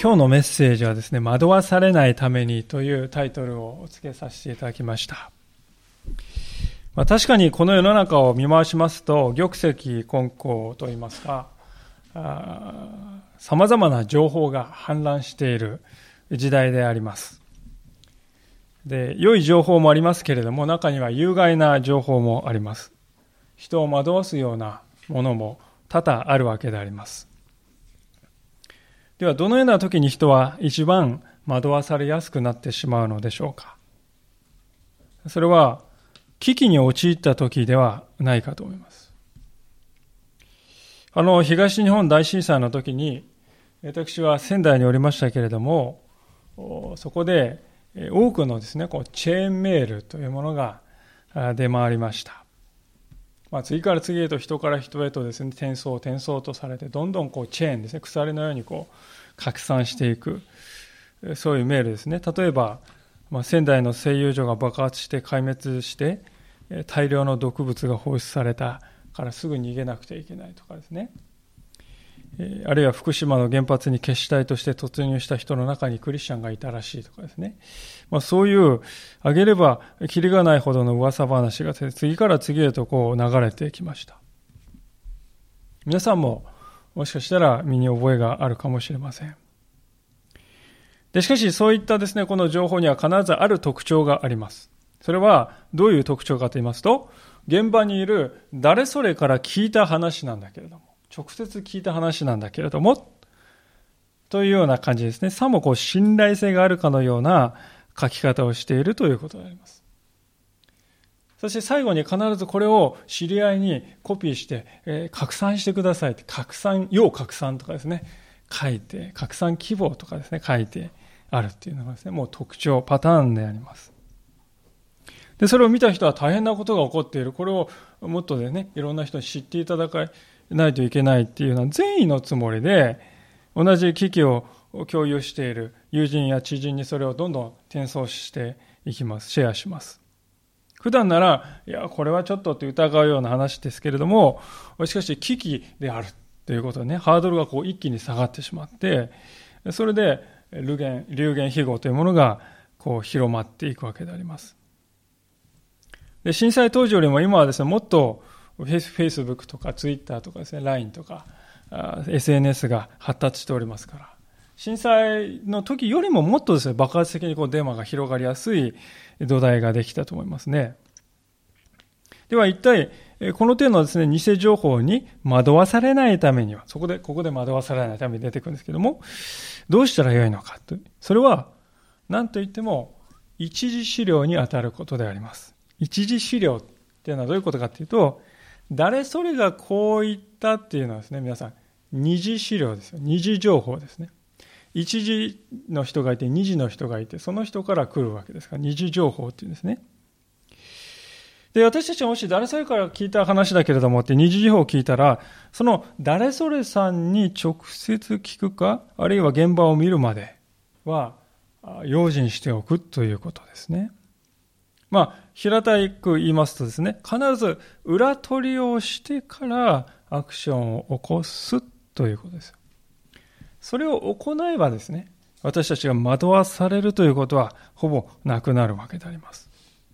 今日のメッセージはですね、惑わされないためにというタイトルを付けさせていただきました。確かにこの世の中を見回しますと、玉石混交といいますか、様々な情報が氾濫している時代であります。で、良い情報もありますけれども、中には有害な情報もあります。人を惑わすようなものも多々あるわけであります。では、どのような時に人は一番惑わされやすくなってしまうのでしょうか。それは、危機に陥った時ではないかと思います。東日本大震災の時に、私は仙台におりましたけれども、そこで多くのですね、チェーンメールというものが出回りました。次から次へと人から人へとですね、転送とされて、どんどんチェーンですね、鎖のように拡散していく、そういうメールですね。例えば、仙台の製油所が爆発して壊滅して、大量の毒物が放出されたからすぐ逃げなくてはいけないとかですね。あるいは福島の原発に決死隊として突入した人の中にクリスチャンがいたらしいとかですね。そういう挙げればキリがないほどの噂話が次から次へと流れてきました。皆さんももしかしたら身に覚えがあるかもしれません。でしかしそういったですね、この情報には必ずある特徴があります。それはどういう特徴かと言いますと、現場にいる誰それから聞いた話なんだけれども、直接聞いた話なんだけれども、というような感じですね。さも信頼性があるかのような書き方をしているということであります。そして最後に必ずこれを知り合いにコピーして、拡散してくださいって、要拡散とかですね、書いて、拡散希望とかですね、書いてあるっていうのがですね、もう特徴、パターンであります。で、それを見た人は大変なことが起こっている。これをもっとね、いろんな人に知っていただかないといけないっていうのは善意のつもりで、同じ危機を共有している友人や知人にそれをどんどん転送していきます。シェアします。普段なら、いや、これはちょっとって疑うような話ですけれども、しかし危機であるということでね、ハードルが一気に下がってしまって、それで流言飛語というものが広まっていくわけであります。で、震災当時よりも今はですね、もっとFacebook とか Twitter とかですね、LINE とか SNS が発達しておりますから、震災の時よりももっとですね、爆発的にデマが広がりやすい土台ができたと思いますね。では一体、この点のですね、偽情報に惑わされないためには、ここで惑わされないために出てくるんですけども、どうしたらよいのかと。それは、何と言っても、一次資料に当たることであります。一次資料っていうのはどういうことかというと、誰それがこう言ったっていうのはですね、皆さん、二次資料ですよ。二次情報ですね。一次の人がいて、二次の人がいて、その人から来るわけですから、二次情報っていうんですね。で、私たちはもし誰それから聞いた話だけれどもって二次情報を聞いたら、その誰それさんに直接聞くか、あるいは現場を見るまでは、用心しておくということですね。平たく言いますとですね、必ず裏取りをしてからアクションを起こすということです。それを行えばですね、私たちが惑わされるということはほぼなくなるわけであります。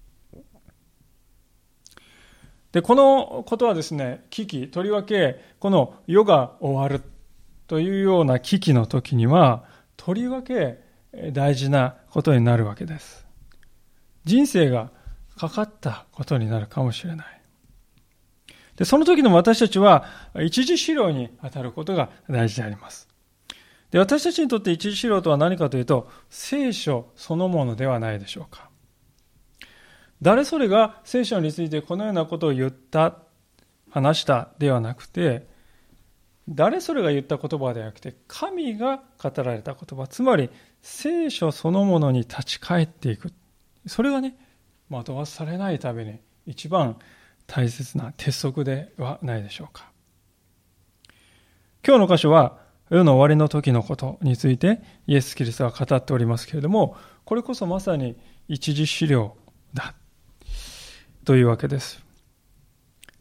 で、このことはですね、とりわけこの世が終わるというような危機の時には、とりわけ大事なことになるわけです。人生がかかったことになるかもしれない。で、その時の私たちは一次資料に当たることが大事であります。で、私たちにとって一次資料とは何かというと、聖書そのものではないでしょうか。誰それが聖書についてこのようなことを言った、話したではなくて、誰それが言った言葉ではなくて、神が語られた言葉、つまり聖書そのものに立ち返っていく。それがね、惑わされないために一番大切な鉄則ではないでしょうか。今日の箇所は世の終わりの時のことについてイエス・キリストは語っておりますけれども、これこそまさに一次資料だというわけです。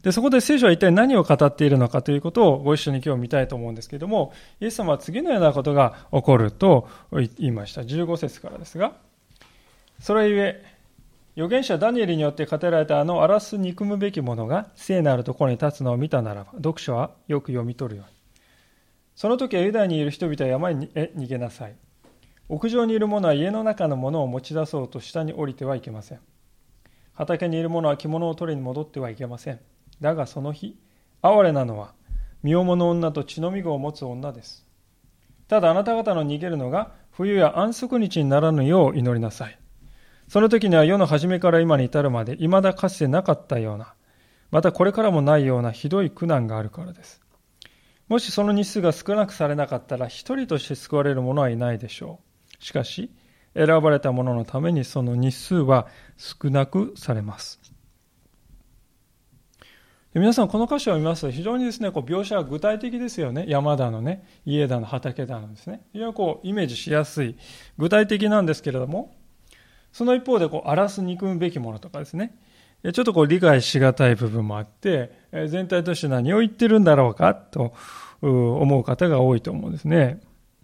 で、そこで聖書は一体何を語っているのかということをご一緒に今日見たいと思うんですけれども、イエス様は次のようなことが起こると言いました。15節からですが、それゆえ、預言者ダニエルによって語られた荒らす憎むべき者が聖なるところに立つのを見たならば、読書はよく読み取るように。その時はユダにいる人々は山へ逃げなさい。屋上にいる者は家の中のものを持ち出そうと下に降りてはいけません。畑にいる者は着物を取りに戻ってはいけません。だがその日、哀れなのは身重の女と血のみ子を持つ女です。ただあなた方の逃げるのが冬や安息日にならぬよう祈りなさい。その時には世の初めから今に至るまで未だかつてなかったような、またこれからもないようなひどい苦難があるからです。もしその日数が少なくされなかったら一人として救われる者はいないでしょう。しかし選ばれた者のためにその日数は少なくされます。皆さんこの箇所を見ますと非常にですね、描写は具体的ですよね。山だのね、家だの、畑だのですね。非常にイメージしやすい、具体的なんですけれども、その一方で荒らす憎むべきものとかですね、ちょっと理解しがたい部分もあって、全体として何を言ってるんだろうかと思う方が多いと思うんですね。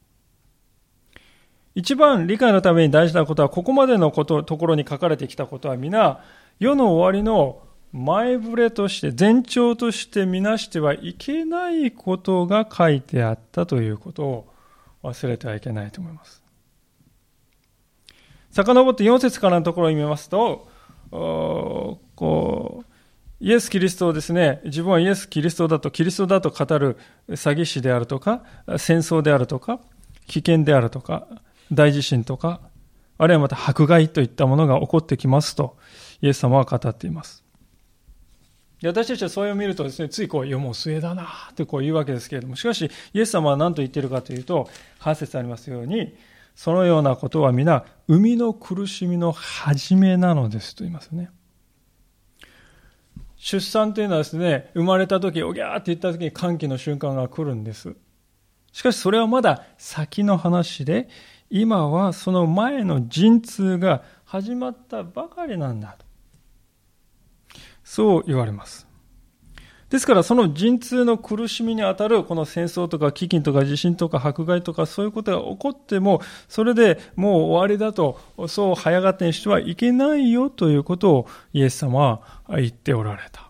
一番理解のために大事なことは、ここまでのところに書かれてきたことは皆、世の終わりの前触れとして、前兆として見なしてはいけないことが書いてあったということを忘れてはいけないと思います。遡って4節からのところを見ますと、イエス・キリストをですね、自分はイエス・キリストだと語る詐欺師であるとか、戦争であるとか、危険であるとか、大地震とか、あるいはまた迫害といったものが起こってきますと、イエス様は語っています。私たちはそれを見るとですね、ついもう末だなと言うわけですけれども、しかしイエス様は何と言っているかというと、8節ありますように、そのようなことは皆生みの苦しみの始めなのですと言いますよね。出産というのはですね、生まれた時おぎゃーって言った時に歓喜の瞬間が来るんです。しかしそれはまだ先の話で、今はその前の陣痛が始まったばかりなんだと、そう言われます。ですからその陣痛の苦しみにあたるこの戦争とか飢饉とか地震とか迫害とかそういうことが起こっても、それでもう終わりだと、そう早がてにしてはいけないよということをイエス様は言っておられた。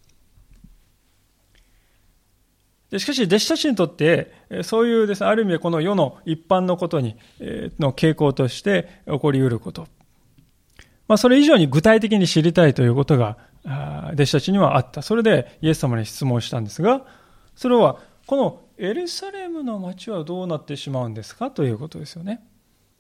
しかし弟子たちにとってそういうですね、ある意味この世の一般のことにの傾向として起こり得ること、それ以上に具体的に知りたいということが弟子たちにはあった。それでイエス様に質問したんですが、それはこのエルサレムの町はどうなってしまうんですかということですよね。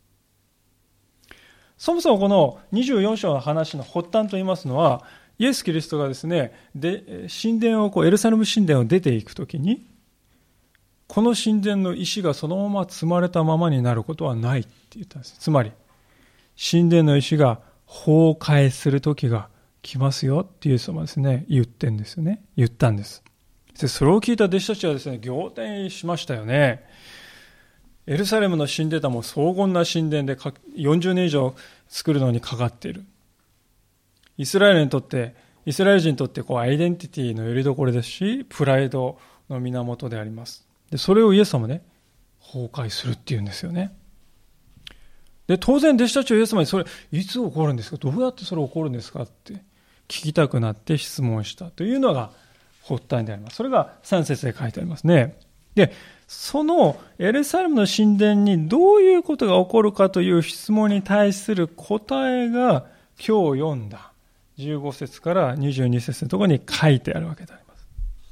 そもそもこの24章の話の発端といいますのは、イエス・キリストがですね、神殿をエルサレム神殿を出ていくときに、この神殿の石がそのまま積まれたままになることはないって言ったんです。つまり神殿の石が崩壊する時が来ますよってイエス様はですね、言ったんです。でそれを聞いた弟子たちはですね、仰天しましたよね。エルサレムの神殿はもう荘厳な神殿で40年以上作るのにかかっている。イスラエル人にとってアイデンティティのよりどころですし、プライドの源であります。でそれをイエス様ね、崩壊するっていうんですよね。で当然弟子たちはイエス様に、それいつ起こるんですか、どうやってそれ起こるんですかって聞きたくなって質問したというのが発端であります。それが3節で書いてありますね。でそのエルサレムの神殿にどういうことが起こるかという質問に対する答えが今日読んだ15節から22節のところに書いてあるわけであります。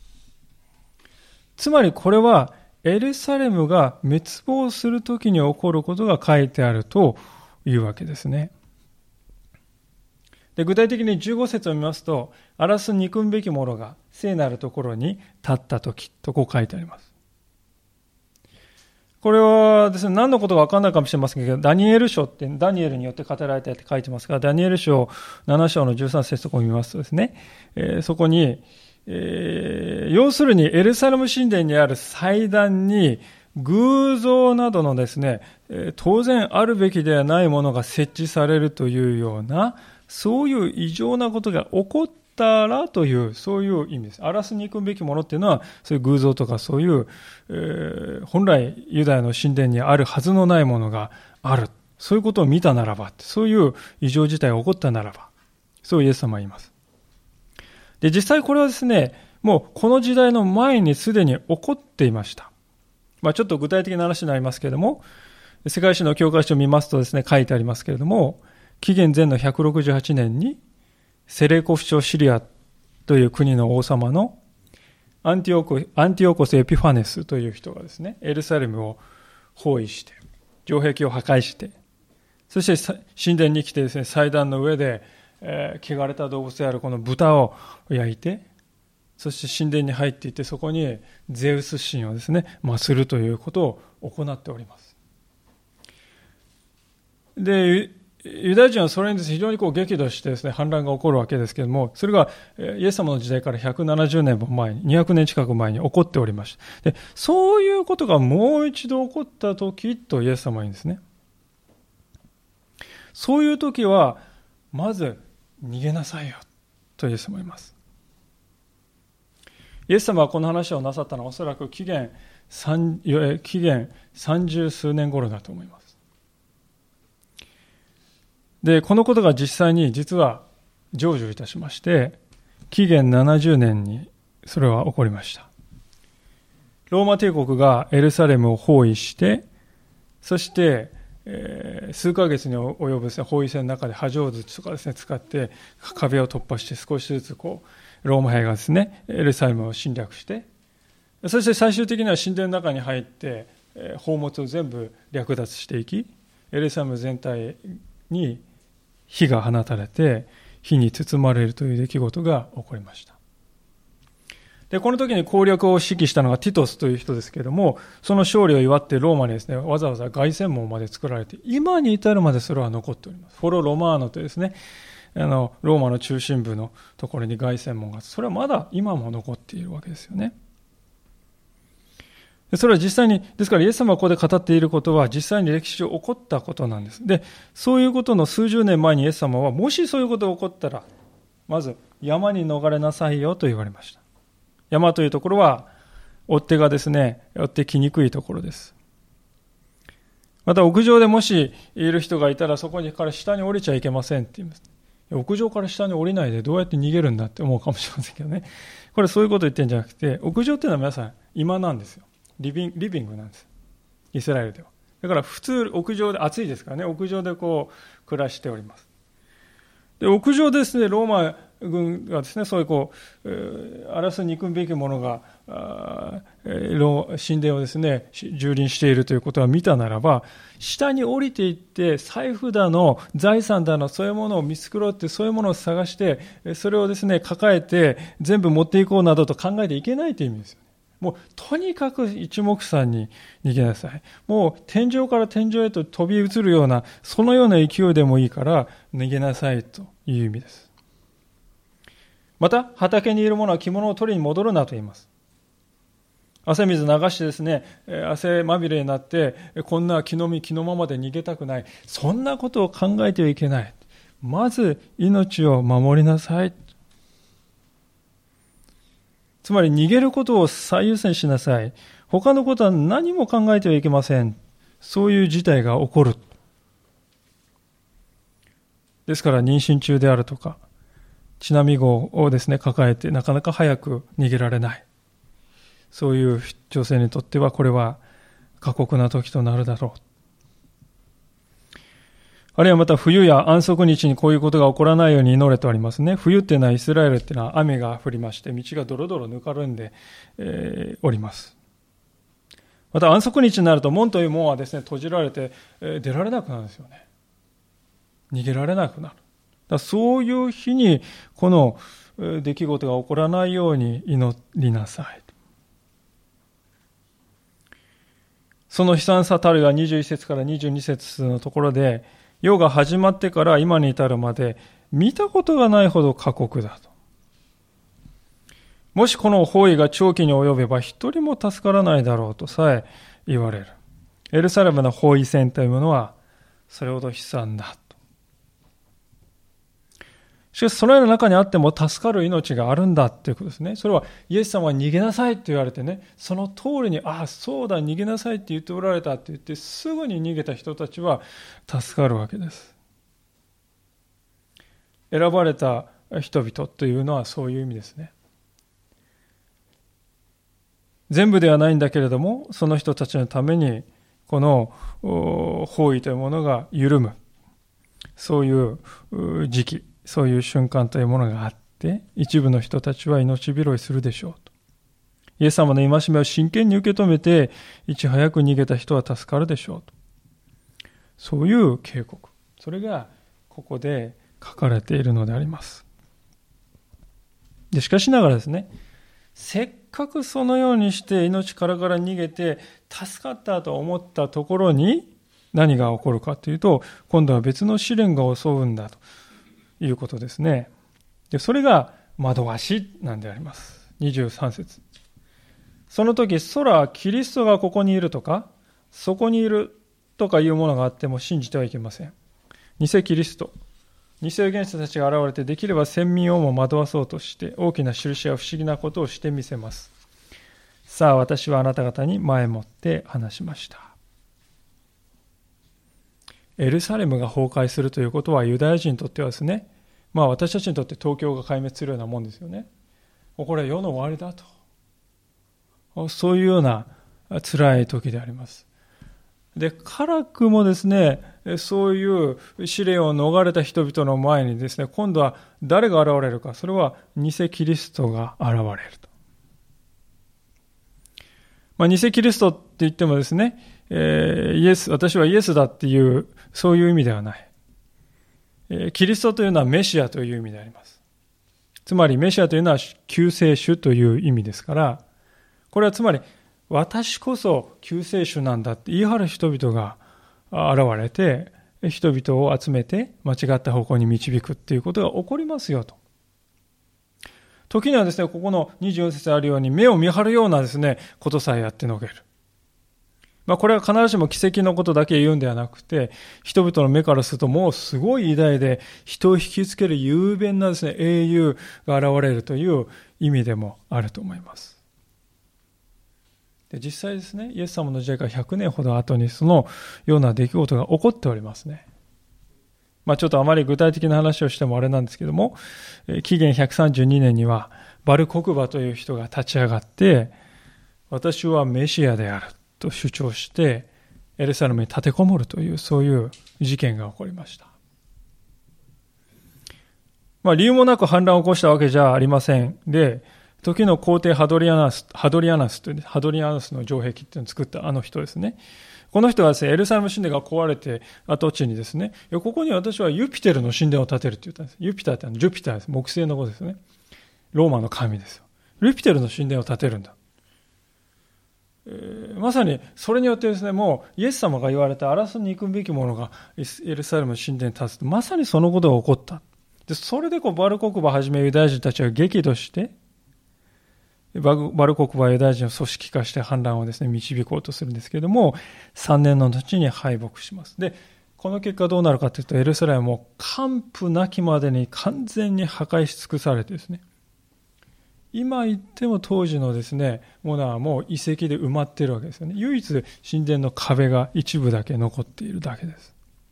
つまりこれはエルサレムが滅亡するときに起こることが書いてあるというわけですね。で具体的に15節を見ますと、荒らす憎むべき者が聖なるところに立ったときとこう書いてあります。これはですね、何のことか分からないかもしれませんけど、ダニエル書ってダニエルによって語られたって書いてますが、ダニエル書7章の13節とこを見ますとですね、そこに、要するにエルサレム神殿にある祭壇に偶像などのですね、当然あるべきではないものが設置されるというようなそういう異常なことが起こったらという、そういう意味です。荒らすに行くべきものっていうのは、そういう偶像とかそういう、本来ユダヤの神殿にあるはずのないものがある。そういうことを見たならば、そういう異常事態が起こったならば、そうイエス様は言います。で、実際これはですね、もうこの時代の前にすでに起こっていました。ちょっと具体的な話になりますけれども、世界史の教科書を見ますとですね、書いてありますけれども、紀元前の168年に、セレコフ朝シリアという国の王様のアンティオコス・エピファネスという人がですね、エルサレムを包囲して、城壁を破壊して、そして神殿に来てですね、祭壇の上で、汚れた動物であるこの豚を焼いて、そして神殿に入っていって、そこにゼウス神をですね、祀るということを行っております。で、ユダヤ人はそれに非常に激怒してですね、反乱が起こるわけですけれども、それがイエス様の時代から170年も前に、200年近く前に起こっておりました。で、そういうことがもう一度起こった時とイエス様は言うんですね。そういう時は、まず逃げなさいよとイエス様は言います。イエス様はこの話をなさったのはおそらく紀元30数年頃だと思います。で、このことが実は成就いたしまして、紀元70年にそれは起こりました。ローマ帝国がエルサレムを包囲して、そして、数ヶ月に及ぶですね、包囲戦の中で波状筒とかですね、使って壁を突破して少しずつローマ兵がですね、エルサレムを侵略して、そして最終的には神殿の中に入って、宝物を全部略奪していき、エルサレム全体に火が放たれて、火に包まれるという出来事が起こりました。で、この時に攻略を指揮したのがティトスという人ですけれども、その勝利を祝ってローマにですね、わざわざ凱旋門まで作られて、今に至るまでそれは残っております。フォロ・ロマーノというですね、ローマの中心部のところに凱旋門があって、それはまだ今も残っているわけですよね。それは実際に、ですからイエス様がここで語っていることは実際に歴史上起こったことなんです。で、そういうことの数十年前にイエス様は、もしそういうことが起こったら、まず山に逃れなさいよと言われました。山というところは、追っ手がですね、追ってきにくいところです。また屋上でもしいる人がいたら、そこから下に降りちゃいけませんって言います。屋上から下に降りないでどうやって逃げるんだって思うかもしれませんけどね。これそういうことを言ってるんじゃなくて、屋上っていうのは皆さん居間なんですよ。リビングなんです。イスラエルでは。だから普通屋上で、暑いですからね、屋上で暮らしております。で、屋上ですね、ローマ軍がですね、そういう荒らすに行くべきものが、神殿をですね、蹂躙しているということを見たならば、下に降りていって、財布だの、財産だの、そういうものを見繕って、そういうものを探して、それをですね、抱えて、全部持っていこうなどと考えていけないという意味ですよ。もうとにかく一目散に逃げなさい。もう天井から天井へと飛び移るような、そのような勢いでもいいから逃げなさいという意味です。また、畑にいる者は着物を取りに戻るなと言います。汗水流してですね、汗まみれになって、こんな気のままで逃げたくない。そんなことを考えてはいけない。まず命を守りなさい。つまり逃げることを最優先しなさい。他のことは何も考えてはいけません。そういう事態が起こる。ですから妊娠中であるとか、血波号をですね、抱えてなかなか早く逃げられない。そういう女性にとってはこれは過酷な時となるだろう。あるいはまた冬や安息日にこういうことが起こらないように祈れとありますね。冬っていうのはイスラエルっていうのは雨が降りまして道がドロドロぬかるんで、おります。また安息日になると門という門はですね閉じられて、出られなくなるんですよね。逃げられなくなる。だそういう日にこの出来事が起こらないように祈りなさい。その悲惨さたるが21節から22節のところで、世が始まってから今に至るまで見たことがないほど過酷だと。もしこの包囲が長期に及べば一人も助からないだろうとさえ言われる。エルサレムの包囲戦というものはそれほど悲惨だと。 しかしそのような中にあっても助かる命があるんだということですね。それはイエス様は逃げなさいと言われてね、その通りに、ああそうだ逃げなさいって言っておられたって言ってすぐに逃げた人たちは助かるわけです。選ばれた人々というのはそういう意味ですね。全部ではないんだけれども、その人たちのためにこの包囲というものが緩む、そういう時期、そういう瞬間というものがあって、一部の人たちは命拾いするでしょうと。イエス様の戒めを真剣に受け止めて、いち早く逃げた人は助かるでしょうと。そういう警告、それがここで書かれているのであります。でしかしながらですね、せっかくそのようにして命から逃げて助かったと思ったところに何が起こるかというと、今度は別の試練が襲うんだということですね。でそれが惑わしなんであります。23節。その時、空キリストがここにいるとかそこにいるとかいうものがあっても信じてはいけません。偽キリスト、偽預言者たちが現れて、できれば先民をも惑わそうとして大きな印や不思議なことをしてみせます。さあ私はあなた方に前もって話しました。エルサレムが崩壊するということはユダヤ人にとってはですね、私たちにとって東京が壊滅するようなもんですよね。これは世の終わりだと、そういうような辛い時であります。で、辛くもですね、そういう試練を逃れた人々の前にですね、今度は誰が現れるか、それは偽キリストが現れると。偽キリストって言ってもですね、私はイエスだっていう、そういう意味ではない。キリストというのはメシアという意味であります。つまりメシアというのは救世主という意味ですから、これはつまり私こそ救世主なんだって言い張る人々が現れて、人々を集めて間違った方向に導くっていうことが起こりますよと。時にはですね、ここの24節あるように目を見張るようなですね、ことさえやってのける。これは必ずしも奇跡のことだけ言うんではなくて、人々の目からするともうすごい偉大で人を引きつける雄弁なですね、英雄が現れるという意味でもあると思います。で実際ですね、イエス様の時代から100年ほど後にそのような出来事が起こっておりますね。ちょっとあまり具体的な話をしてもあれなんですけども、紀元132年にはバルコクバという人が立ち上がって、私はメシアであると主張してエルサレムに立てこもるという、そういう事件が起こりました。理由もなく反乱を起こしたわけじゃありません。で、時の皇帝ハドリアナスの城壁っていうのを作ったあの人ですね。この人はですね、エルサレム神殿が壊れて跡地にですね、ここに私はユピテルの神殿を建てるって言ったんです。ユピターってジュピターです。木星のことですね。ローマの神ですよ。ユピテルの神殿を建てるんだ。まさにそれによってですね、もうイエス様が言われた荒らすに行くべきものがエルサレムの神殿に立つと、まさにそのことが起こった。でそれでバルコクバはじめユダヤ人たちが激怒して、バルコクバはユダヤ人を組織化して反乱をですね、導こうとするんですけれども、3年の後に敗北します。で、この結果どうなるかというと、エルサレムも完膚なきまでに完全に破壊し尽くされてですね、今言っても当時のですね、ものはもう遺跡で埋まっているわけですよね。唯一神殿の壁が一部だけ残っているだけです。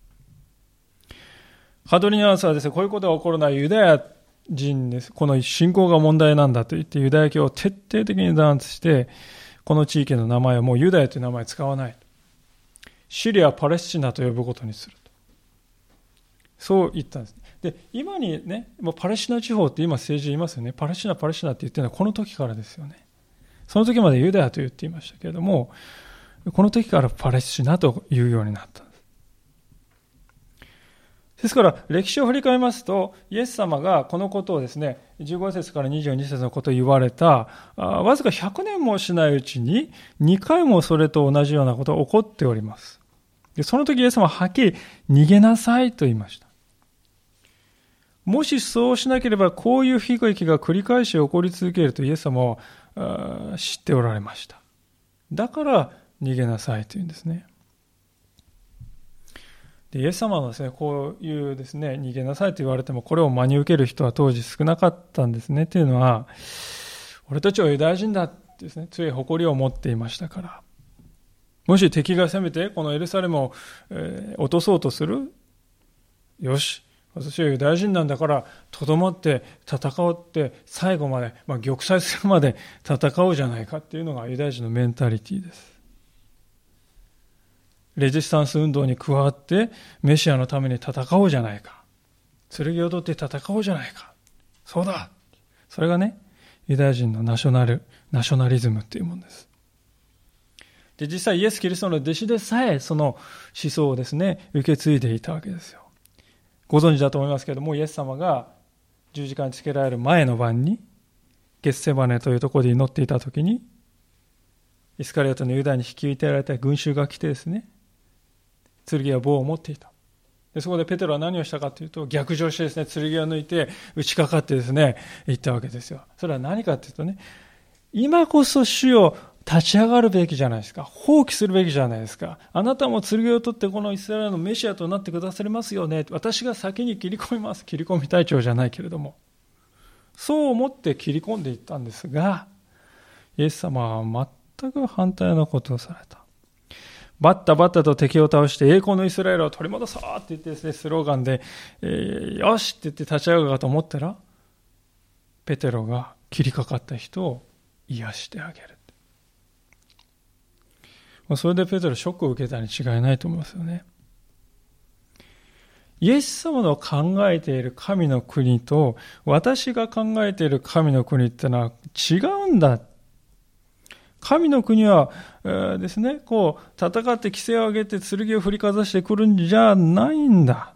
ハドリアナスはですね、こういうことが起こるのはユダヤ人です。この信仰が問題なんだと言ってユダヤ教を徹底的に弾圧して、この地域の名前はもうユダヤという名前を使わない。シリア、パレスチナと呼ぶことにすると。そう言ったんです。で、今にね、パレスチナ地方って今政治言いますよね。パレスチナって言ってるのはこの時からですよね。その時までユダヤと言っていましたけれども、この時からパレスチナというようになったんです。ですから歴史を振り返りますと、イエス様がこのことをですね、15節から22節のことを言われたわずか100年もしないうちに2回もそれと同じようなことが起こっております。でその時イエス様ははっきり逃げなさいと言いました。もしそうしなければこういう悲劇が繰り返し起こり続けるとイエス様は知っておられました。だから逃げなさいというんですね。 で、イエス様はですね、こういうですね、逃げなさいと言われても、これを真に受ける人は当時少なかったんですね。というのは、俺たちはユダヤ人だってですね、強い誇りを持っていましたから。もし敵が攻めて、このエルサレムを、落とそうとする、よし、私はユダヤ人なんだから、とどまって戦って、最後まで、玉砕するまで戦おうじゃないかっていうのがユダヤ人のメンタリティです。レジスタンス運動に加わって、メシアのために戦おうじゃないか。剣を取って戦おうじゃないか。そうだ。それがね、ユダヤ人のナショナリズムっていうものです。で、実際イエス・キリストの弟子でさえその思想をですね、受け継いでいたわけですよ。ご存知だと思いますけれども、イエス様が十字架につけられる前の晩に、ゲッセマネというところで祈っていたときに、イスカリオテのユダに引き受けられた群衆が来てですね、剣や棒を持っていた。で、そこでペテロは何をしたかというと、逆上してですね、剣を抜いて打ちかかってですね、言ったわけですよ。それは何かというとね、今こそ主よ、立ち上がるべきじゃないですか。放棄するべきじゃないですか。あなたも剣を取ってこのイスラエルのメシアとなってくださりますよね。私が先に切り込みます。切り込み隊長じゃないけれども。そう思って切り込んでいったんですが、イエス様は全く反対のことをされた。バッタバッタと敵を倒して栄光のイスラエルを取り戻そうって言ってですね、スローガンで、よしって言って立ち上がるかと思ったら、ペテロが切りかかった人を癒してあげる。それでペテロショックを受けたに違いないと思いますよね。イエス様の考えている神の国と私が考えている神の国ってのは違うんだ。神の国は、ですね、こう戦って規制を上げて剣を振りかざしてくるんじゃないんだ。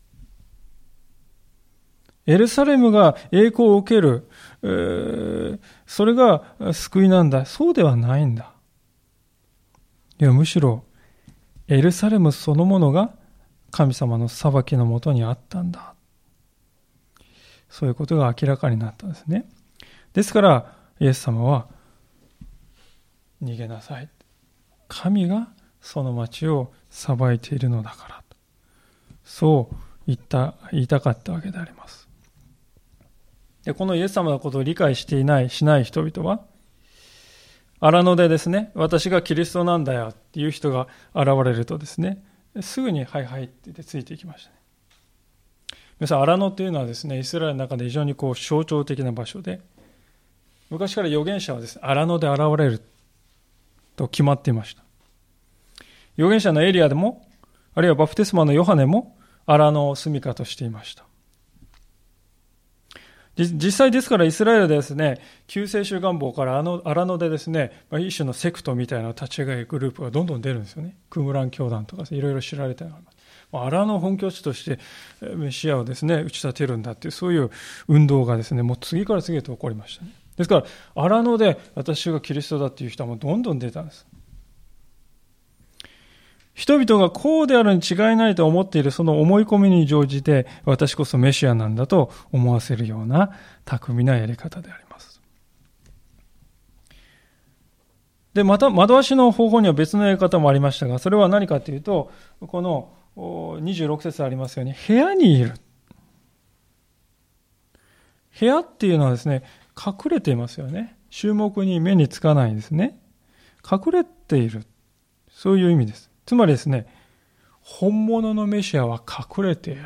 エルサレムが栄光を受ける、それが救いなんだ。そうではないんだ。いや、むしろエルサレムそのものが神様の裁きのもとにあったんだ。そういうことが明らかになったんですね。ですからイエス様は逃げなさい。神がその町を裁いているのだからと。そう言いたかったわけであります。で、このイエス様のことを理解してしない人々は、荒野でですね、私がキリストなんだよっていう人が現れるとですね、すぐにはいはいって言ってついていきましたね。皆さん、荒野っていうのはですね、イスラエルの中で非常にこう象徴的な場所で、昔から預言者はですね、荒野で現れると決まっていました。預言者のエリアでも、あるいはバプテスマのヨハネも荒野を住処としていました。実際ですからイスラエルでですね、救世主願望から荒野でですね、一種のセクトみたいな立ち上がりグループがどんどん出るんですよね。クムラン教団とかいろいろ知られています。荒野を本拠地としてメシアをですね、打ち立てるんだっていう、そういう運動がですね、もう次から次へと起こりましたね。ですから荒野で私がキリストだっていう人はもうどんどん出たんです。人々がこうであるに違いないと思っているその思い込みに乗じて、私こそメシアなんだと思わせるような巧みなやり方であります。で、また惑わしの方法には別のやり方もありましたが、それは何かというと、この26節ありますように、部屋にいる。部屋っていうのはですね、隠れていますよね。衆目に目につかないですね。隠れている。そういう意味です。つまりですね、本物のメシアは隠れている。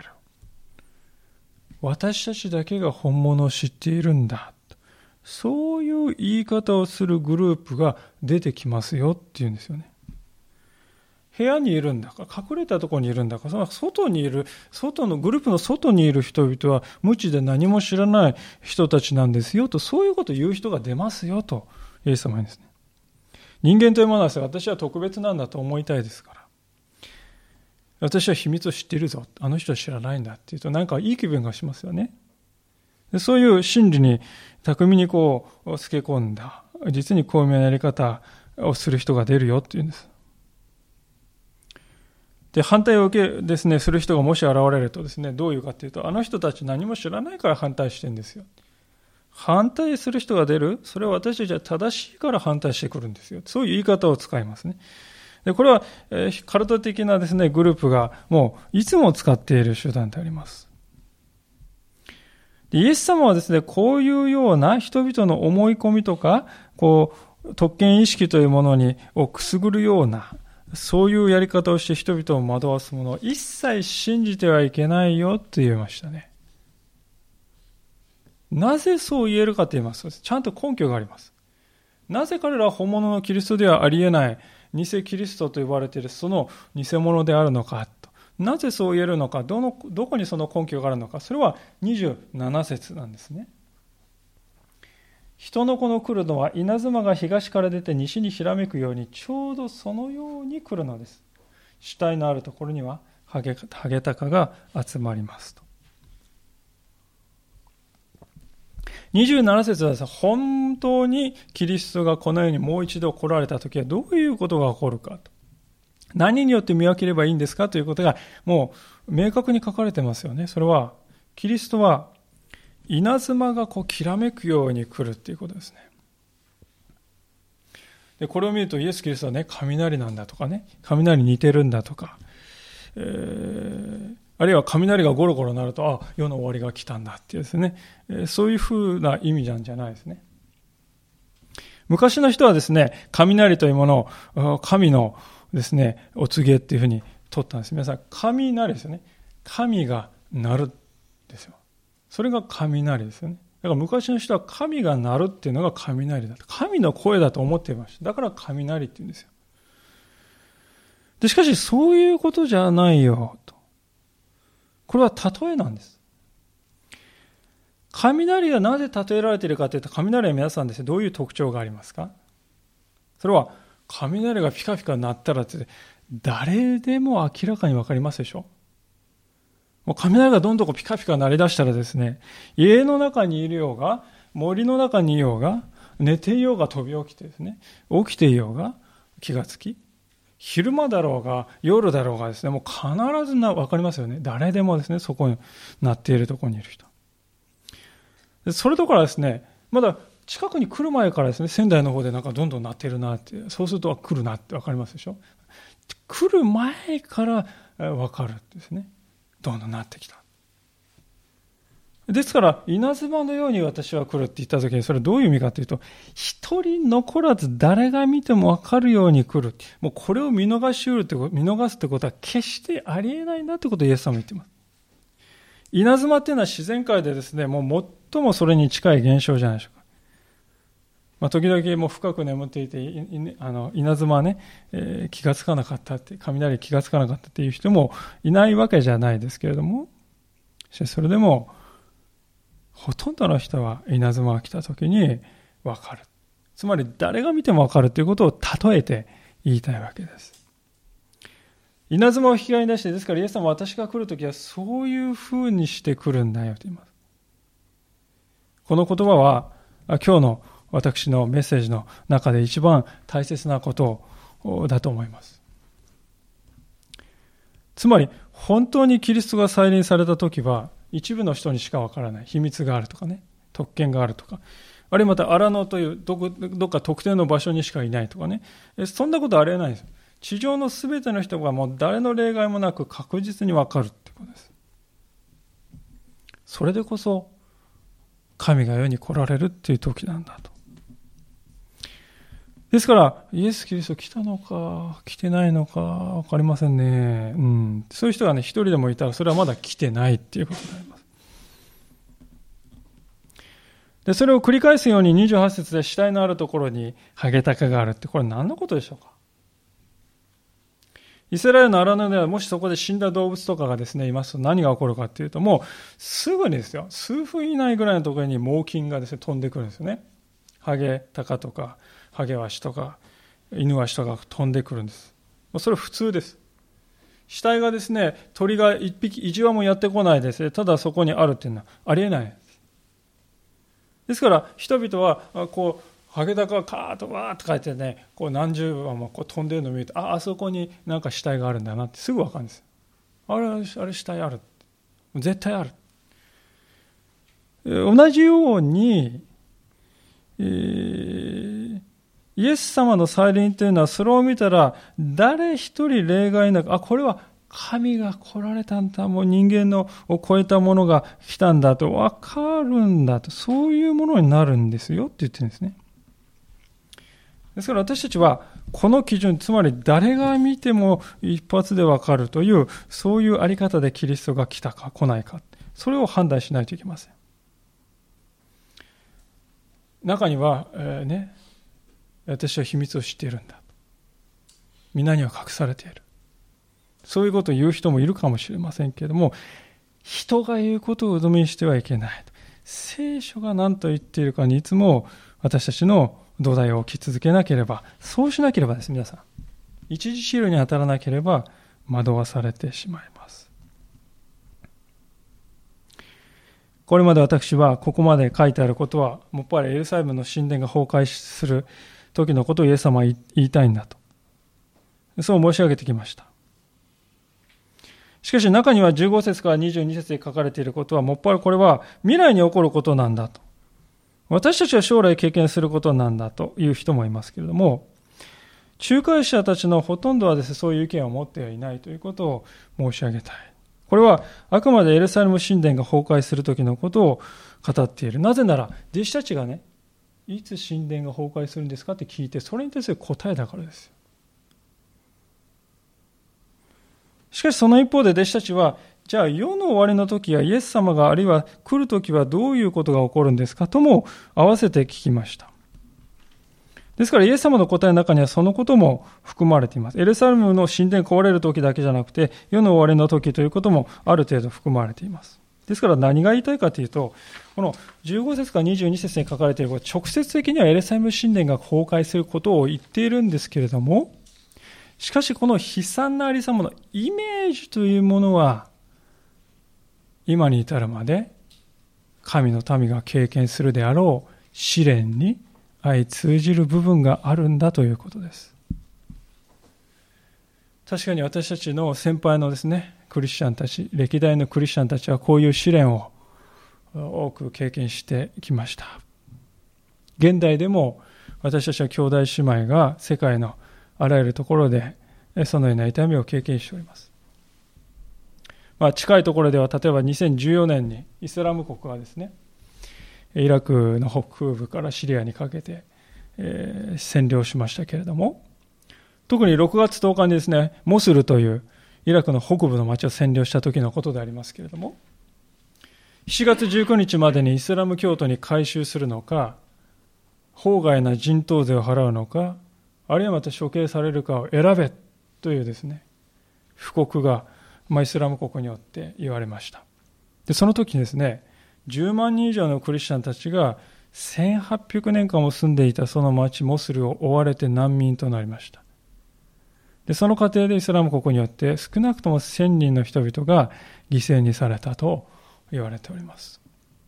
私たちだけが本物を知っているんだ。そういう言い方をするグループが出てきますよっていうんですよね。部屋にいるんだか、隠れたところにいるんだか、その外にいる、グループの外にいる人々は無知で何も知らない人たちなんですよと、そういうことを言う人が出ますよと、イエス様は言うんですね。人間というものは私は特別なんだと思いたいですから。私は秘密を知っているぞ。あの人は知らないんだって言うとなんかいい気分がしますよね。でそういう心理に巧みにこうつけ込んだ、実に巧妙なやり方をする人が出るよっていうんです。で、反対をですね、する人がもし現れるとですね、どういうかというと、あの人たち何も知らないから反対してるんですよ。反対する人が出る、それは私たちは正しいから反対してくるんですよ。そういう言い方を使いますね。 で、これは、カルト的なですね、グループがもういつも使っている手段であります。でイエス様はですね、こういうような人々の思い込みとか、特権意識というものをくすぐるような、そういうやり方をして人々を惑わすものを一切信じてはいけないよと言いましたね。なぜそう言えるかと言いますと、ちゃんと根拠があります。なぜ彼らは本物のキリストではありえない偽キリストと呼ばれているその偽物であるのかと。なぜそう言えるのか、どこにその根拠があるのか、それは27節なんですね。人の子の来るのは稲妻が東から出て西にひらめくようにちょうどそのように来るのです。主体のあるところにはハゲタカが集まりますと。27節はですね、本当にキリストがこの世にもう一度来られたときはどういうことが起こるかと。何によって見分ければいいんですかということがもう明確に書かれてますよね。それはキリストは稲妻がきらめくように来るということですね。でこれを見るとイエス・キリストはね、雷なんだとかね、雷に似てるんだとか、あるいは雷がゴロゴロ鳴ると世の終わりが来たんだっていうですね、そういうふうな意味なんじゃないですね。昔の人はですね、雷というものを神のですね、お告げっていうふうに取ったんです。皆さん、雷ですよね。神が鳴るですよ。それが雷ですよね。だから昔の人は神が鳴るっていうのが雷だと。神の声だと思っていました。だから雷って言うんですよ。で、しかしそういうことじゃないよと。これは例えなんです。雷がなぜ例えられているかというと、雷は皆さんですね、どういう特徴がありますか？それは雷がピカピカ鳴ったらって誰でも明らかにわかりますでしょ？もう雷がどんどんピカピカ鳴り出したらですね、家の中にいるようが、森の中にいようが、寝ていようが飛び起きてですね、起きていようが気がつき、昼間だろうが夜だろうがですね、もう必ず分かりますよね。誰でもですね、そこに鳴っているところにいる人。それとからですね、まだ近くに来る前からですね、仙台の方でなんかどんどん鳴ってるなって、そうすると来るなって分かりますでしょ。来る前から分かるですね。どんどんなってきた。ですから稲妻のように私は来るって言った時に、それはどういう意味かというと、一人残らず誰が見ても分かるように来る。もうこれを見逃すってことは決してありえないんだってことをイエス様は言っています。稲妻っていうのは自然界でですね、もう最もそれに近い現象じゃないでしょうか。時々もう深く眠っていて、稲妻はね、気がつかなかったって、雷気がつかなかったっていう人もいないわけじゃないですけれども、それでもほとんどの人は稲妻が来た時に分かる。つまり誰が見ても分かるということを例えて言いたいわけです。稲妻を引き合いに出して、ですからイエス様は私が来るときはそういうふうにして来るんだよと言います。この言葉は今日の私のメッセージの中で一番大切なことだと思います。つまり本当にキリストが再臨されたときは一部の人にしかわからない秘密があるとかね、特権があるとか、あるいはまた荒野というどっか特定の場所にしかいないとかね、そんなことありえないんです。地上のすべての人がもう誰の例外もなく確実にわかるってことです。それでこそ神が世に来られるっていう時なんだと。ですからイエス・キリスト来たのか来てないのか分かりませんね。そういう人がね、一人でもいたらそれはまだ来てないっていうことになります。でそれを繰り返すように28節で死体のあるところにハゲタカがあるって、これ何のことでしょうか。イスラエルの荒野ではもしそこで死んだ動物とかがですねいますと何が起こるかっていうと、もうすぐにですよ、数分以内ぐらいのところに猛禽がですね飛んでくるんですよね。ハゲタカとかハゲワシとかイヌワシとか飛んでくるんです。それ普通です。死体がですね、鳥が一匹一羽もやってこないですね、ただそこにあるっていうのはありえない。ですから人々はこうハゲタカがカーッとわーっと書いてね、こう何十羽もこう飛んでるのを見ると、あそこになんか死体があるんだなってすぐ分かるんです。あれ死体ある、絶対ある。同じように、イイエス様の再臨というのは、それを見たら誰一人例外なく、これは神が来られたんだ、もう人間のを超えたものが来たんだと分かるんだと、そういうものになるんですよって言ってるんですね。ですから私たちはこの基準、つまり誰が見ても一発で分かるという、そういうあり方でキリストが来たか来ないか、それを判断しないといけません。中には、私は秘密を知っているんだ、皆には隠されている、そういうことを言う人もいるかもしれませんけれども、人が言うことを鵜呑みにしてはいけない。聖書が何と言っているかにいつも私たちの土台を置き続けなければ、そうしなければです、皆さん、一時資料に当たらなければ惑わされてしまいます。これまで私はここまで書いてあることは、もっぱらエルサレムの神殿が崩壊する時のことをイエス様は言いたいんだと、そう申し上げてきました。しかし中には15節から22節で書かれていることは、もっぱらこれは未来に起こることなんだと、私たちは将来経験することなんだという人もいますけれども、仲介者たちのほとんどはですね、そういう意見を持ってはいないということを申し上げたい。これはあくまでエルサレム神殿が崩壊する時のことを語っている。なぜなら弟子たちがね、いつ神殿が崩壊するんですかって聞いて、それに対する答えだからですよ。しかしその一方で弟子たちは、じゃあ世の終わりの時やイエス様があるいは来る時はどういうことが起こるんですかとも合わせて聞きました。ですからイエス様の答えの中にはそのことも含まれています。エルサレムの神殿壊れる時だけじゃなくて、世の終わりの時ということもある程度含まれています。ですから何が言いたいかというと、この15節から22節に書かれていること、直接的にはエルサレム神殿が崩壊することを言っているんですけれども、しかしこの悲惨なありさまのイメージというものは、今に至るまで神の民が経験するであろう試練に相通じる部分があるんだということです。確かに私たちの先輩のですね、クリスチャンたち、歴代のクリスチャンたちはこういう試練を多く経験してきました。現代でも私たちは兄弟姉妹が世界のあらゆるところでそのような痛みを経験しております。近いところでは、例えば2014年にイスラム国はですね、イラクの北部からシリアにかけて、占領しましたけれども、特に6月10日にですね、モスルというイラクの北部の町を占領した時のことでありますけれども、7月19日までにイスラム教徒に改宗するのか、法外な人頭税を払うのか、あるいはまた処刑されるかを選べというですね、布告がイスラム国によって言われました。で、その時にですね、10万人以上のクリスチャンたちが1800年間も住んでいたその町モスルを追われて難民となりました。で、その過程でイスラム国によって少なくとも1000人の人々が犠牲にされたと言われております。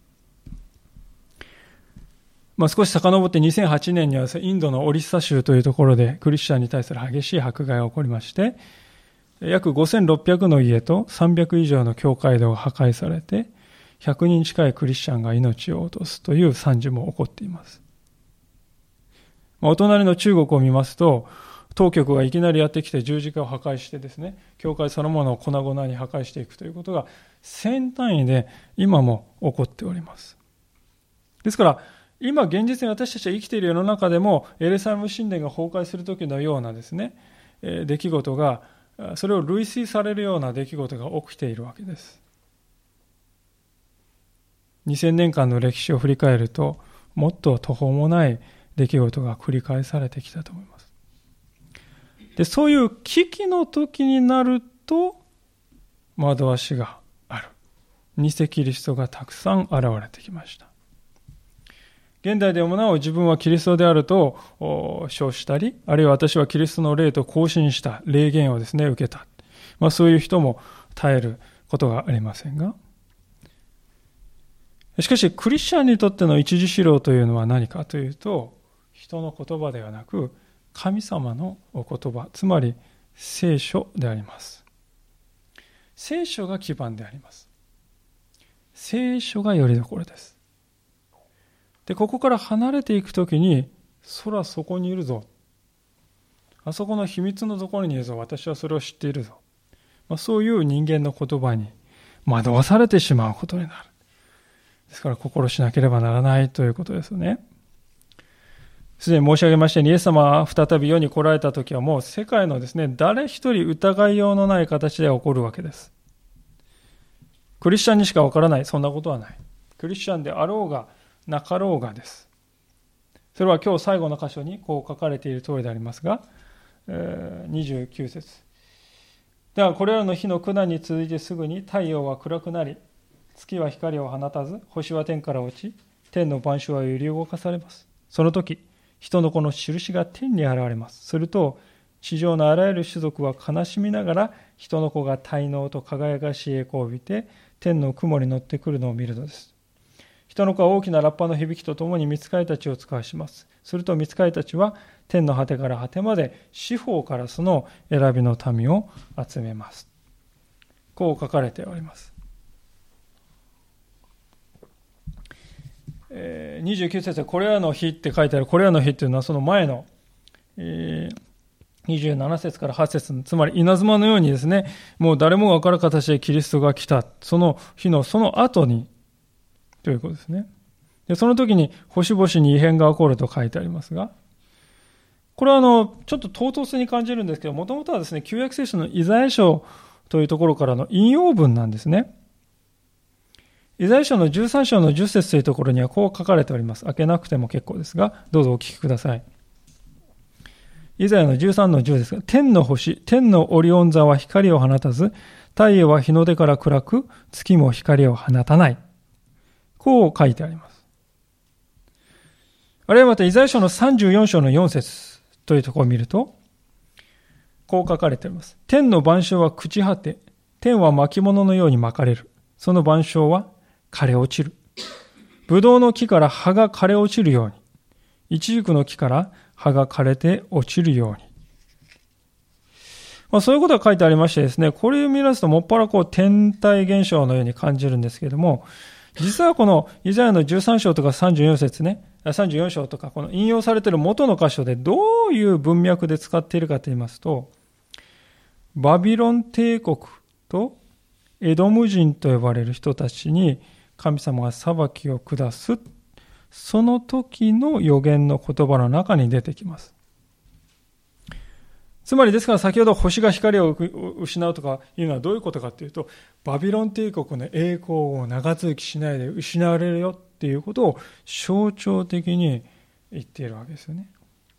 少し遡って2008年にはインドのオリッサ州というところでクリスチャンに対する激しい迫害が起こりまして、約5600の家と300以上の教会堂が破壊されて、100人近いクリスチャンが命を落とすという惨事も起こっています。お隣の中国を見ますと、当局がいきなりやってきて十字架を破壊してですね、教会そのものを粉々に破壊していくということが1000単位で今も起こっております。ですから今現実に私たちは生きている世の中でも、エルサレム神殿が崩壊する時のようなですね、出来事が、それを類推されるような出来事が起きているわけです。2000年間の歴史を振り返ると、もっと途方もない出来事が繰り返されてきたと思います。で、そういう危機の時になると、惑わしがある。偽キリストがたくさん現れてきました。現代でもなお自分はキリストであると称したり、あるいは私はキリストの霊と交信した霊言をですね、受けた。そういう人も絶えることがありませんが、しかしクリスチャンにとっての一時指導というのは何かというと、人の言葉ではなく神様のお言葉、つまり聖書であります。聖書が基盤であります。聖書が拠り所です。で、ここから離れていくときに、 空そこにいるぞ。あそこの秘密のところにいるぞ。私はそれを知っているぞ。そういう人間の言葉に惑わされてしまうことになる。ですから心しなければならないということですよね。すでに申し上げましたように、イエス様が再び世に来られた時はもう世界のですね、誰一人疑いようのない形で起こるわけです。クリスチャンにしかわからない、そんなことはない。クリスチャンであろうがなかろうがです。それは今日最後の箇所にこう書かれている通りでありますが、29節。だからこれらの日の苦難に続いてすぐに太陽は暗くなり、月は光を放たず、星は天から落ち、天の万象は揺り動かされます。その時、人の子の印が天に現れます。すると、地上のあらゆる種族は悲しみながら、人の子が大能と輝かしい栄光を帯びて、天の雲に乗ってくるのを見るのです。人の子は大きなラッパの響きとともに御使いたちを使わします。すると御使いたちは天の果てから果てまで四方からその選びの民を集めます。こう書かれております。29節でこれらの日って書いてある。これらの日っていうのはその前の、27節から8節、つまり稲妻のようにですね、もう誰もが分かる形でキリストが来た。その日のその後にということですね。でその時に星々に異変が起こると書いてありますが、これはちょっと唐突に感じるんですけど、もともとはですね、旧約聖書のイザヤ書というところからの引用文なんですね。イザヤ書の13章の10節というところにはこう書かれております。開けなくても結構ですが、どうぞお聞きください。イザヤの13の10ですが、天の星、天のオリオン座は光を放たず、太陽は日の出から暗く、月も光を放たない。こう書いてあります。あるいはまたイザヤ書の34章の4節というところを見ると、こう書かれています。天の万象は朽ち果て、天は巻物のように巻かれる。その万象は枯れ落ちる。ブドウの木から葉が枯れ落ちるように、イチジクの木から葉が枯れて落ちるように。そういうことが書いてありましてですね、これを見ますともっぱら天体現象のように感じるんですけれども、実はこのイザヤの13章とか34節ね、34章とかこの引用されている元の箇所でどういう文脈で使っているかと言いますと、バビロン帝国とエドム人と呼ばれる人たちに神様が裁きを下す、その時の預言の言葉の中に出てきます。つまりですから先ほど星が光を失うとかいうのはどういうことかというと、バビロン帝国の栄光を長続きしないで失われるよっていうことを象徴的に言っているわけですよね。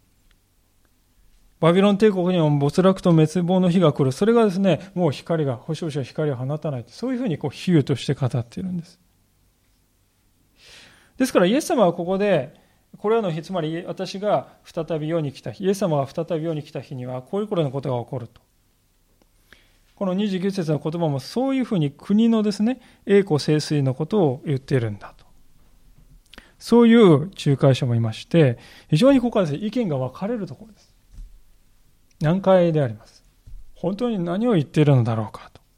バビロン帝国には没落と滅亡の日が来る。それがですね、もう星々が光を放たない。そういうふうに比喩として語っているんです。ですからイエス様はここで、これらの日、つまり私が再び世に来た日、イエス様が再び世に来た日にはこういうことのことが起こると。この29節の言葉もそういうふうに国のですね、栄枯盛衰のことを言っているんだと。そういう仲介者もいまして、非常にここはですね、意見が分かれるところです。難解であります。本当に何を言っているのだろうかと。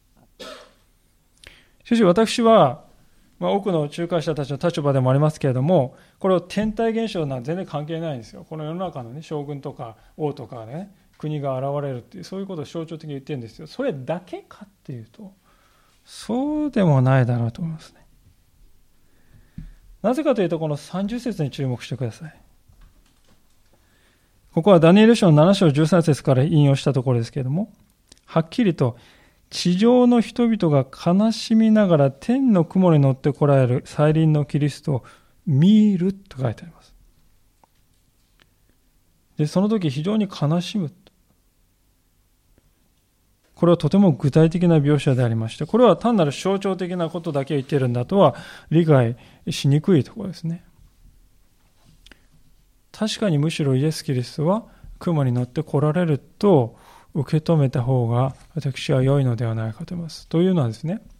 しかし私は、多くの仲介者たちの立場でもありますけれども、これを天体現象なんて全然関係ないんですよ。この世の中のね、将軍とか王とかね、国が現れるっていう、そういうことを象徴的に言ってるんですよ。それだけかっていうと、そうでもないだろうと思いますね。なぜかというと、この30節に注目してください。ここはダニエル書の7章13節から引用したところですけれども、はっきりと、地上の人々が悲しみながら天の雲に乗ってこられる再臨のキリストを見ると書いてあります。で、その時非常に悲しむ。これはとても具体的な描写でありまして、これは単なる象徴的なことだけを言っているんだとは理解しにくいところですね。確かにむしろイエス・キリストは雲に乗って来られると受け止めた方が私は良いのではないかと思います。というのはですね、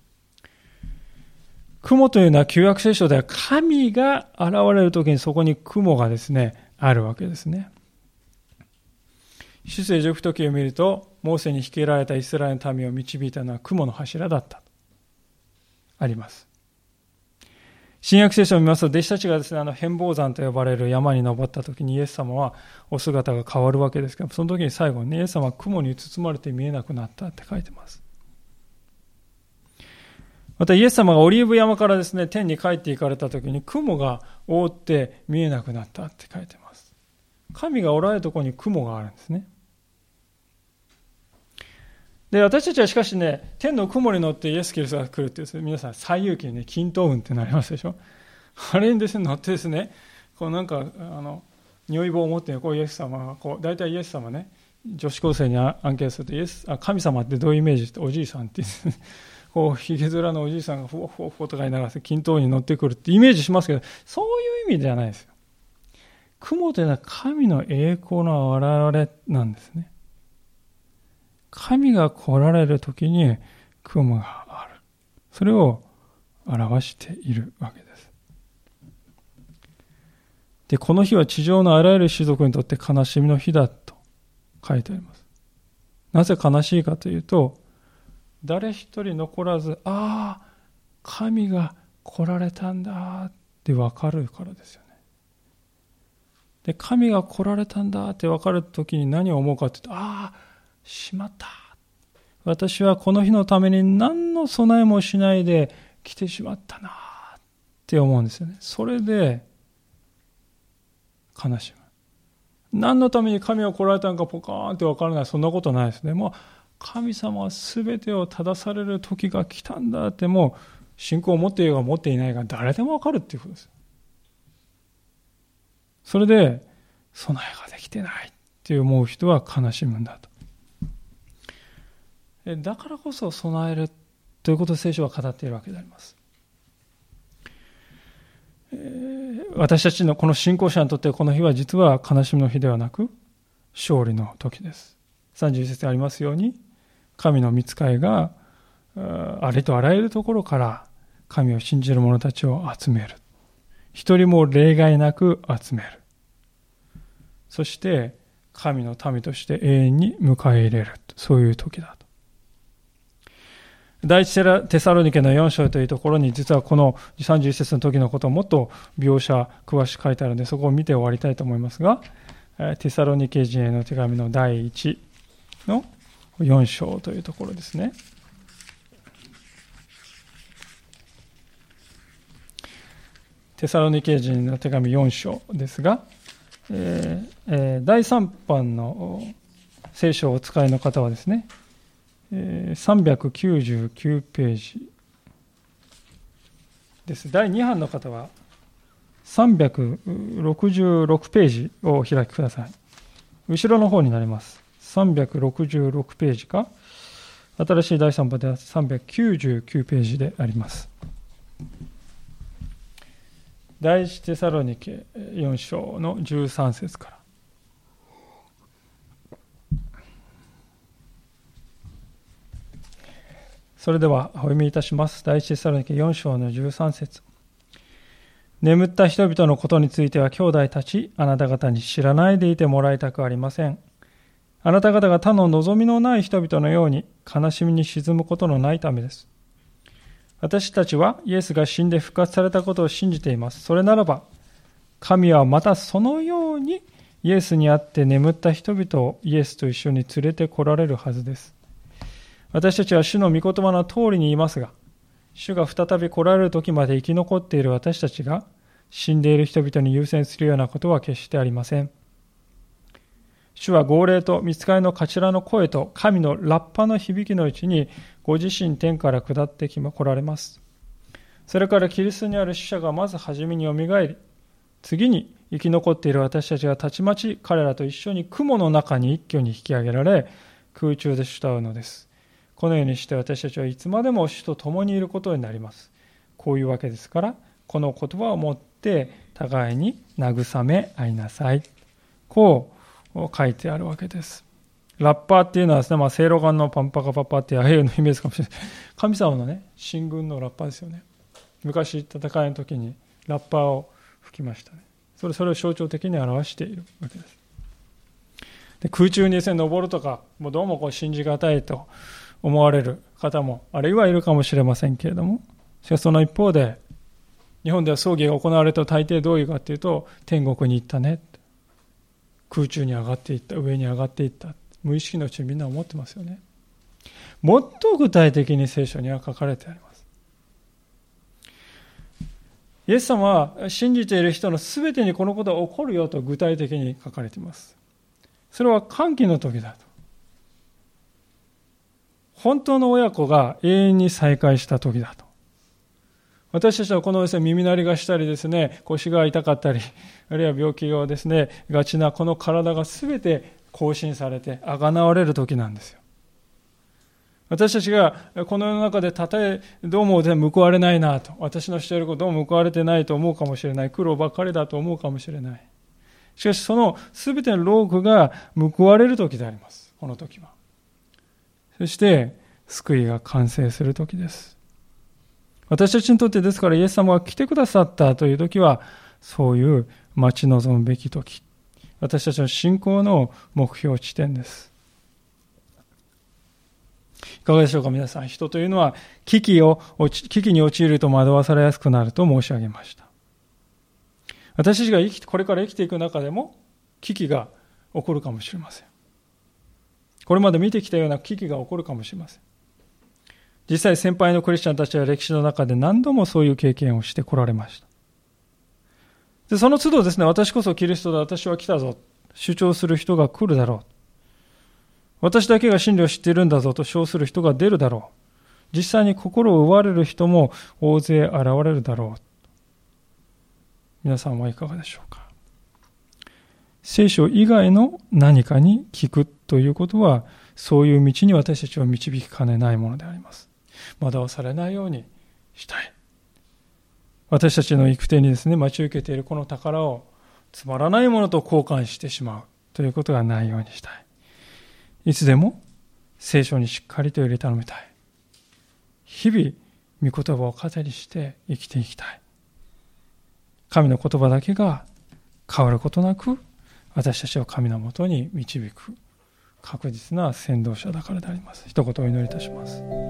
雲というのは旧約聖書では神が現れるときにそこに雲がですね、あるわけですね。出エジプト記を見ると、モーセに率いられたイスラエルの民を導いたのは雲の柱だった。あります。 新約聖書を見ますと、弟子たちがですね、変貌山と呼ばれる山に登った時にイエス様はお姿が変わるわけですけど、その時に最後にね、イエス様は雲に包まれて見えなくなったって書いてます。またイエス様がオリーブ山からですね、天に帰って行かれた時に雲が覆って見えなくなったって書いてます。神がおられるところに雲があるんですね。で、私たちはしかしね、天の雲に乗ってイエス・キリストが来るってですね、皆さん西遊記にね、均等運ってなりますでしょ。あれにですね、乗ってですね、こうなんか、如意棒を持ってね、こうイエス様が、こう、大体イエス様ね、女子高生にアンケートすると、神様ってどういうイメージって、おじいさんって言って、こう、ひげ面のおじいさんがふわふわふわとか言いながら均等に乗ってくるってイメージしますけど、そういう意味ではないですよ。雲というのは神の栄光の現れなんですね。神が来られるときに雲がある。それを表しているわけです。で、この日は地上のあらゆる種族にとって悲しみの日だと書いてあります。なぜ悲しいかというと、誰一人残らず、ああ、神が来られたんだって分かるからですよね。で、神が来られたんだって分かるときに何を思うかというと、ああ、しまった。私はこの日のために何の備えもしないで来てしまったなって思うんですよね。それで悲しむ。何のために神が来られたのかポカーンって分からない。そんなことないですね。もう神様は全てを正される時が来たんだって、もう信仰を持っていようが持っていないが誰でも分かるっていうことです。それで備えができてないって思う人は悲しむんだと。だからこそ備えるということを聖書は語っているわけであります。私たちのこの信仰者にとってこの日は実は悲しみの日ではなく勝利の時です。31節にありますように、神の御使いがありとあらゆるところから神を信じる者たちを集める。一人も例外なく集める。そして神の民として永遠に迎え入れる。そういう時だと。第一テサロニケの4章というところに、実はこの31節の時のことをもっと描写詳しく書いてあるので、そこを見て終わりたいと思いますが、テサロニケ人への手紙の第1の4章というところですね。テサロニケ人の手紙4章ですが、第3版の聖書をお使いの方はですね、399ページです。第2版の方は366ページをお開きください。後ろの方になります。366ページか、新しい第3版では399ページであります。第一テサロニケ4章の13節から。それではお読みいたします。第一テサロニケ4章の13節。眠った人々のことについては兄弟たち、あなた方に知らないでいてもらいたくありません。あなた方が他の望みのない人々のように悲しみに沈むことのないためです。私たちはイエスが死んで復活されたことを信じています。それならば、神はまたそのようにイエスにあって眠った人々をイエスと一緒に連れて来られるはずです。私たちは主の御言葉の通りに言いますが、主が再び来られる時まで生き残っている私たちが死んでいる人々に優先するようなことは決してありません。主は号令と御使いの頭の声と神のラッパの響きのうちにご自身天から下って来られます。それからキリストにある死者がまず初めによみがえり、次に生き残っている私たちがたちまち彼らと一緒に雲の中に一挙に引き上げられ、空中で主と会うのです。このようにして私たちはいつまでも主と共にいることになります。こういうわけですから、この言葉をもって互いに慰め合いなさい。こう書いてあるわけです。ラッパーっていうのはですね、セイロガンのパンパカパパっていう英語のイメージかもしれない。神様のね、神軍のラッパーですよね。昔戦いの時にラッパーを吹きましたね。それを象徴的に表しているわけです。で、空中にですね、登るとか、もうどうもこう信じがたいと思われる方もあるいはいるかもしれませんけれども、しかしその一方で、 日本では葬儀が行われると大抵どういうかというと、天国に行ったね、空中に上がっていった、上に上がっていった、無意識のうちにみんな思ってますよね。もっと具体的に聖書には書かれてあります。イエス様は信じている人のすべてにこのことが起こるよと具体的に書かれています。それは歓喜の時だと。本当の親子が永遠に再会した時だと。私たちはこの耳鳴りがしたりですね、腰が痛かったり、あるいは病気をですね、がちなこの体がすべて更新されて贖われる時なんですよ。私たちがこの世の中でたとえどうも報われないなと、私のしていることどうも報われてないと思うかもしれない、苦労ばっかりだと思うかもしれない。しかしそのすべての労苦が報われる時であります。この時は。そして救いが完成する時です。私たちにとってですからイエス様が来てくださったという時は、そういう待ち望むべき時、私たちの信仰の目標地点です。いかがでしょうか皆さん。人というのは危機に陥ると惑わされやすくなると申し上げました。私たちがこれから生きていく中でも危機が起こるかもしれません。これまで見てきたような危機が起こるかもしれません。実際先輩のクリスチャンたちは歴史の中で何度もそういう経験をしてこられました。でその都度ですね、私こそキリストだ、私は来たぞ、主張する人が来るだろう。私だけが真理を知っているんだぞと称する人が出るだろう。実際に心を奪われる人も大勢現れるだろう。皆さんはいかがでしょうか。聖書以外の何かに聞くということは、そういう道に私たちを導きかねないものであります。惑わされないようにしたい。私たちの行く手にですね、待ち受けているこの宝をつまらないものと交換してしまうということがないようにしたい。いつでも聖書にしっかりと入れ頼みたい。日々御言葉を語りして生きていきたい。神の言葉だけが変わることなく私たちを神のもとに導く確実な先導者だからであります。一言お祈りいたします。